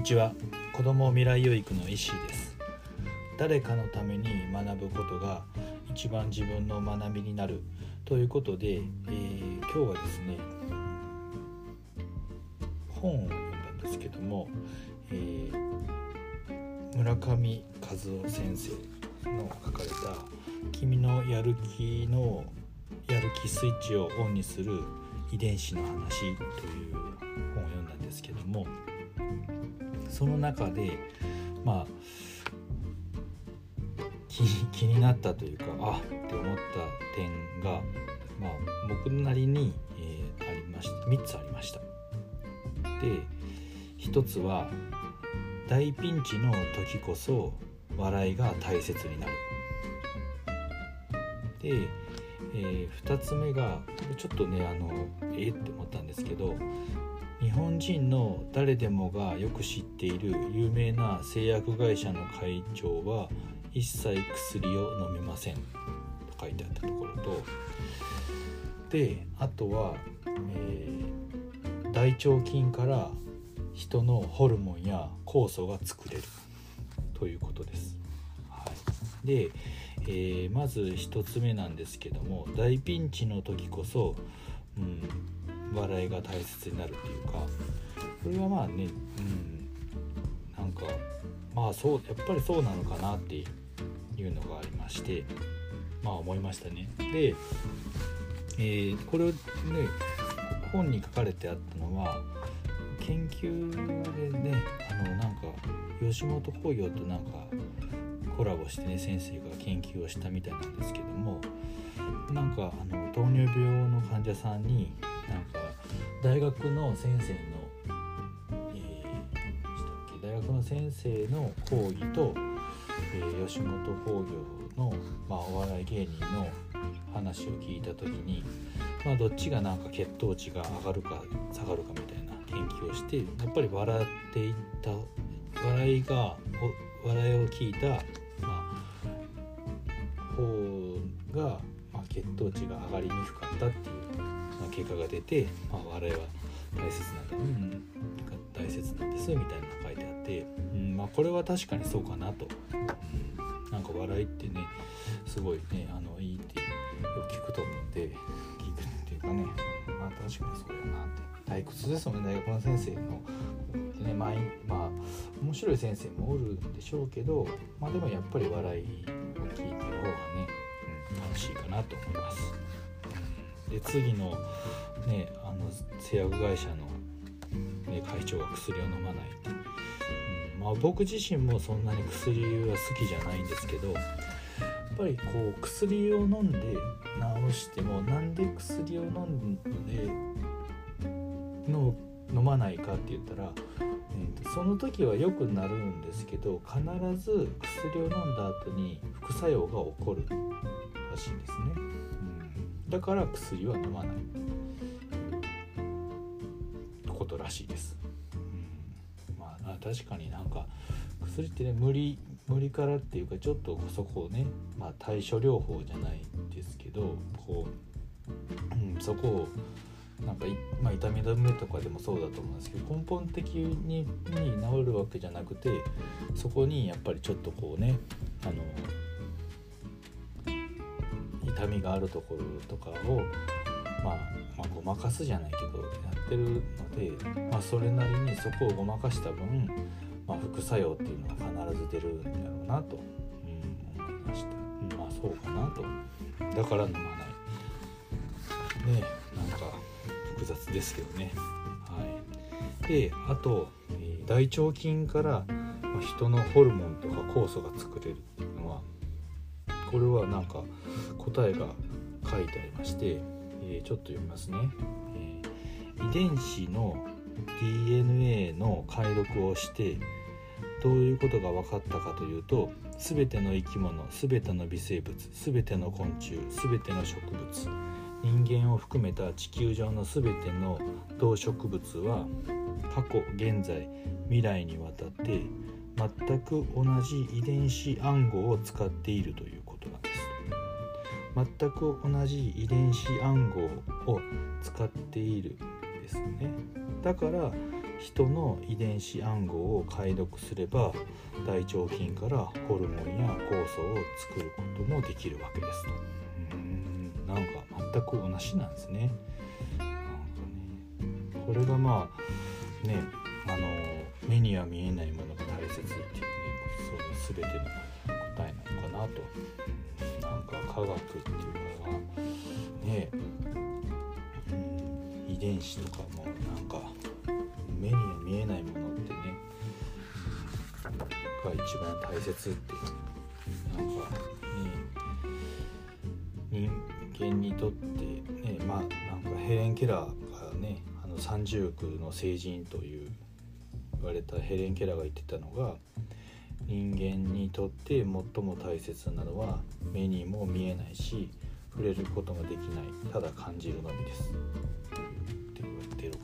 ちは。子ども未来養育の石井です。誰かのために学ぶことが一番自分の学びになるということで、今日はですね本を読んだんですけども、村上和夫先生の書かれた君のやる気スイッチをオンにする遺伝子の話という本を読んだんですけども、その中で気になったというかって思った点が、僕なりに、ありました。3つありました。で、1つは大ピンチの時こそ笑いが大切になる。で、2つ目がちょっとねって思ったんですけど、日本人の誰でもがよく知っている有名な製薬会社の会長は一切薬を飲めませんと書いてあったところと、であとは、大腸菌から人のホルモンや酵素が作れるということです。で、まず1つ目なんですけども、大ピンチの時こそ、笑いが大切になるっていうか、これはそうやっぱりそうなのかなっていうのがありまして、思いましたね。で、これをね本に書かれてあったのは研究でね吉本興業とコラボしてね先生が研究をしたみたいなんですけども、糖尿病の患者さんに大学の先生の講義と、吉本興業の、お笑い芸人の話を聞いた時に、どっちが血糖値が上がるか下がるかみたいな研究をして、やっぱり笑っていった笑いを聞いた、方が、血糖値が上がりにくかったっていう、結果が出て、笑いは大切なんですみたいなのが書いてあって、これは確かにそうかなと、笑いってねすごいねいいってよく聞くと思って聞くっていうかね、確かにそうやなって。退屈ですもんね、大学の先生のね、面白い先生もおるんでしょうけど、でもやっぱり笑いを聞いてる方がね、楽しいかなと思います。で、次のね製薬会社の、会長が薬を飲まないって、僕自身もそんなに薬は好きじゃないんですけど、やっぱり薬を飲んで治しても、なんで薬を飲んで飲まないかって言ったら、その時は良くなるんですけど、必ず薬を飲んだ後に副作用が起こるらしいんですね。だから薬は飲まないことらしいです。確かに薬ってね無理からっていうか、ちょっとそこをね、対処療法じゃないんですけど、そこを痛み止めとかでもそうだと思うんですけど、根本的に治るわけじゃなくて、そこにやっぱりちょっと痛みがあるところとかをごまかすじゃないけどやってるので、それなりにそこをごまかした分、副作用っていうのは必ず出るんだろうなと、思いました。そうかなと。だから飲まないね、複雑ですけどね。で、あと、大腸菌から人のホルモンとか酵素が作れるっていうのは、これは答えが書いてありまして、ちょっと読みますね。遺伝子の DNA の解読をしてどういうことが分かったかというと、すべての生き物、すべての微生物、すべての昆虫、すべての植物、人間を含めた地球上のすべての動植物は過去、現在、未来にわたって全く同じ遺伝子暗号を使っているということなんです。全く同じ遺伝子暗号を使っているですね。だから人の遺伝子暗号を解読すれば大腸菌からホルモンや酵素を作ることもできるわけですと。なんか全く同じなんですね。これがまあね、目には見えないものが大切っていうね、そういう全ての答えなのかなと。なんか科学っていうのはね、遺伝子とかもなんか目には見えないものってねが一番大切ってなんかね、人間にとってね、まあなんかヘレン・ケラーがね、三重苦の聖人という言われたヘレン・ケラーが言ってたのが、人間にとって最も大切なのは目にも見えないし触れることもできない、ただ感じるのみですって言われてるから、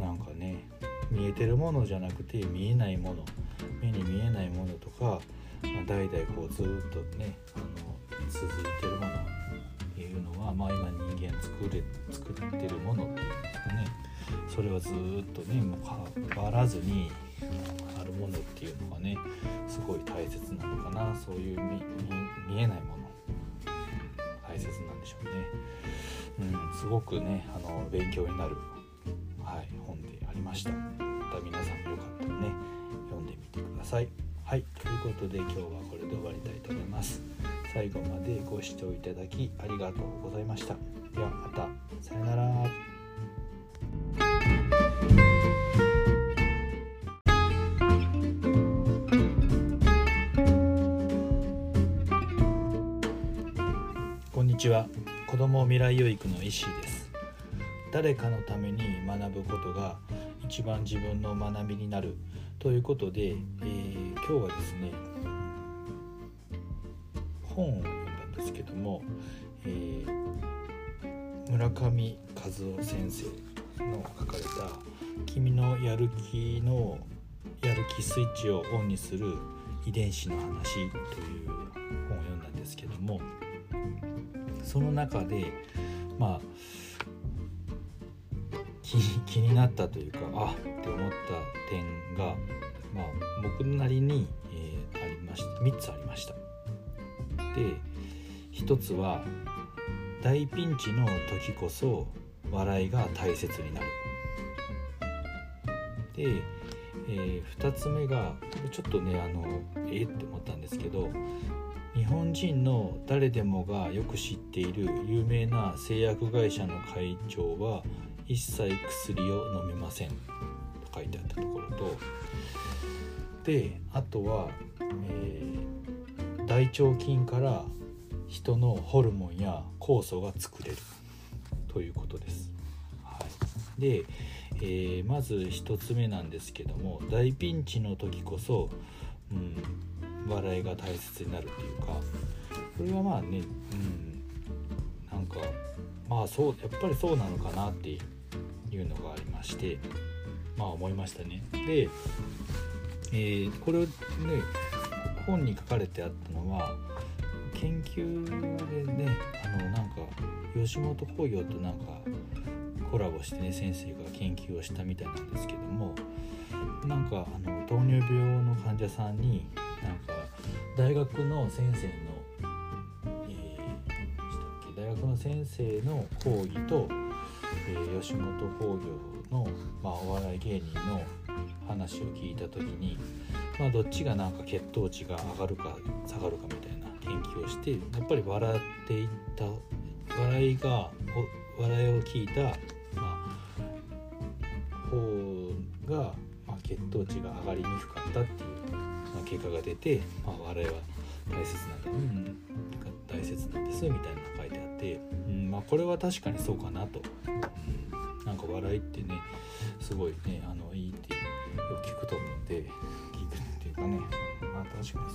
なんかね、見えてるものじゃなくて見えないもの、目に見えないものとか、代々こうずっとね続いてるものっていうのは、今人間作ってるものっていうんですかね、それはずっとねもう変わらずにあるものっていうのがねすごい大切なのかな。そういう見えないもの大切なんでしょうね。すごくね勉強になる、本でありました。また皆さんもよかったらね読んでみてください。ということで今日はこれで終わりたいと思います。最後までご視聴いただきありがとうございました。ではまた、さよなら。こんにちは。子ども未来養育の石井です。誰かのために学ぶことが一番自分の学びになるということで、今日はですね本を読んだんですけども、村上和夫先生の書かれた君のやる気スイッチをオンにする遺伝子の話という本を読んだんですけども、その中で気になったというかって思った点が、僕なりに、ありました。3つありました。で、1つは大ピンチの時こそ笑いが大切になる。で、2つ目がちょっとねって思ったんですけど、日本人の誰でもがよく知っている有名な製薬会社の会長は一切薬を飲みませんと書いてあったところと、であとは、大腸菌から人のホルモンや酵素が作れるということです。で、まず1つ目なんですけども、大ピンチの時こそ、笑いが大切になるっていうか、これはなんかそうやっぱりそうなのかなっていうのがありまして、思いましたね。で、これをね本に書かれてあったのは研究でねなんか吉本興業となんかコラボしてね先生が研究をしたみたいなんですけども、なんか糖尿病の患者さんになんか大学の先生の講義と、吉本興業の、お笑い芸人の話を聞いた時に、どっちがなんか血糖値が上がるか下がるかみたいな研究をして、やっぱり笑っていった笑いを聞いた、方が、血糖値が上がりにくかったっていう、結果が出て、笑いは大切なんですみたいなのが書いてあって、これは確かにそうかなと、なんか笑いってねすごいねいいってよく聞くと思うんで、聞くっていうかね、確かにそうやなって。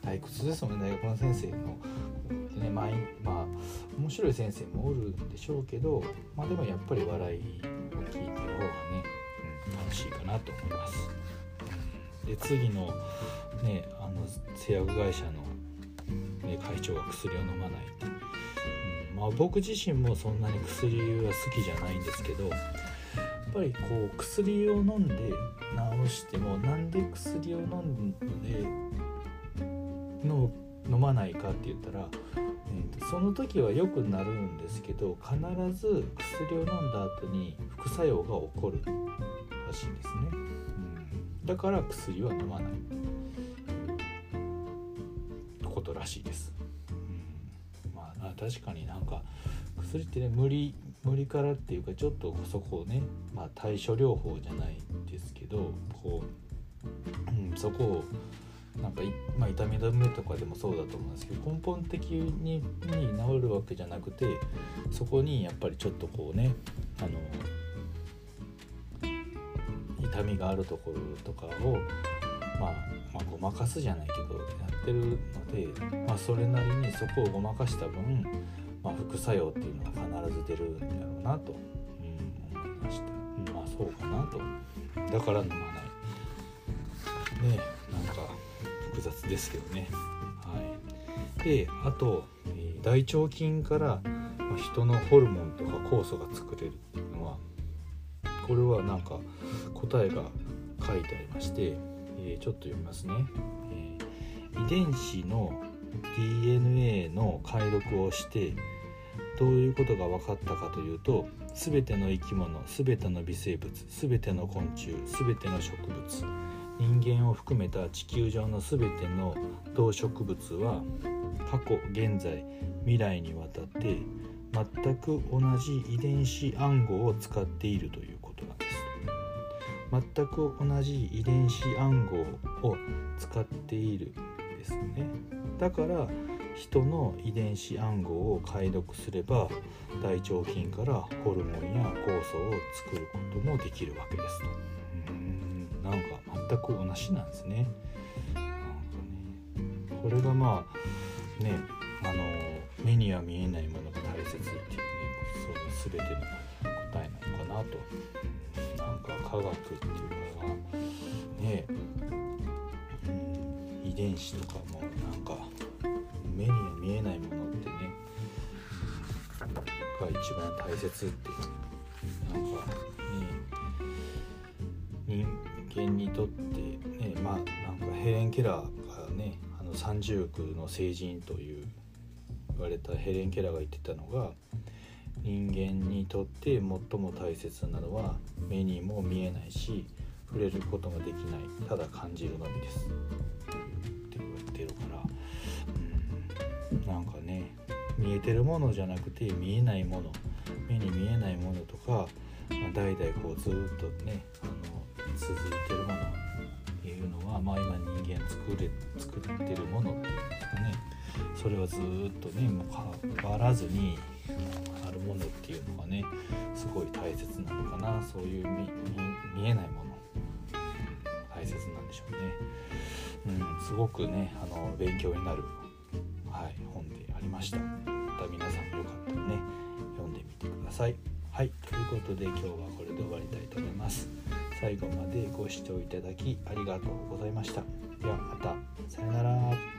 退屈ですもんね、大学の先生のね、面白い先生もおるんでしょうけど、でもやっぱり笑いを聞いてる方がね、楽しいかなと思います。で、次のね製薬会社の、会長が薬を飲まないって、僕自身もそんなに薬は好きじゃないんですけど、 ぱりこう薬を飲んで治しても、なんで薬を飲んで飲まないかって言ったら、その時は良くなるんですけど、必ず薬を飲んだ後に副作用が起こるらしいんですね、だから薬は飲まないことらしいです、まあ確かになんか薬ってね、無理からっていうか、ちょっとそこをね、まあ対処療法じゃないですけど、こう、そこをなんかまあ、痛み止めとかでもそうだと思うんですけど、根本的に治るわけじゃなくて、そこにやっぱりちょっとこうね、痛みがあるところとかを、まあごまかすじゃないけどやってるので、まあ、それなりにそこをごまかした分、まあ、副作用っていうのは必ず出るんだろうなと、思いました。まあそうかなと。だから飲まないね、なんか複雑ですけどね。はい。で、あと、大腸菌から人のホルモンとか酵素が作れるっていうのは、これはなんか答えが書いてありまして、ちょっと読みますね。遺伝子の DNA の解読をしてどういうことが分かったかというと、すべての生き物、すべての微生物、すべての昆虫、すべての植物、人間を含めた地球上のすべての動植物は過去、現在、未来にわたって全く同じ遺伝子暗号を使っているということなんです。全く同じ遺伝子暗号を使っているですね。だから人の遺伝子暗号を解読すれば、大腸菌からホルモンや酵素を作ることもできるわけですと。なんか全く同じなんですね。なんかね、これがまあね、目には見えないものが大切っていうね、そういう全ての答えなのかなと。なんか科学っていうのはね、遺伝子とかもなんか目には見えないものってね、が一番大切ってなんかね、人間にとってね、まあなんかヘレン・ケラーがね、三重苦の聖人という言われたヘレン・ケラーが言ってたのが、人間にとって最も大切なのは目にも見えないし触れることができない、ただ感じるのみですって言われてるから、なんかね、見えてるものじゃなくて見えないもの、目に見えないものとか、代々こうずっとね続いてるものっていうのは、今人間作ってるものっていうんですかね、それはずっとねもう変わらずにあるものっていうのがね、すごい大切なのかな。そういう 見えないもの大切なんでしょうね。すごくね勉強になる、本でありました。また皆さんもよかったらね読んでみてください。ということで今日はこれで終わりたいと思います。最後までご視聴いただきありがとうございました。ではまた、さよなら。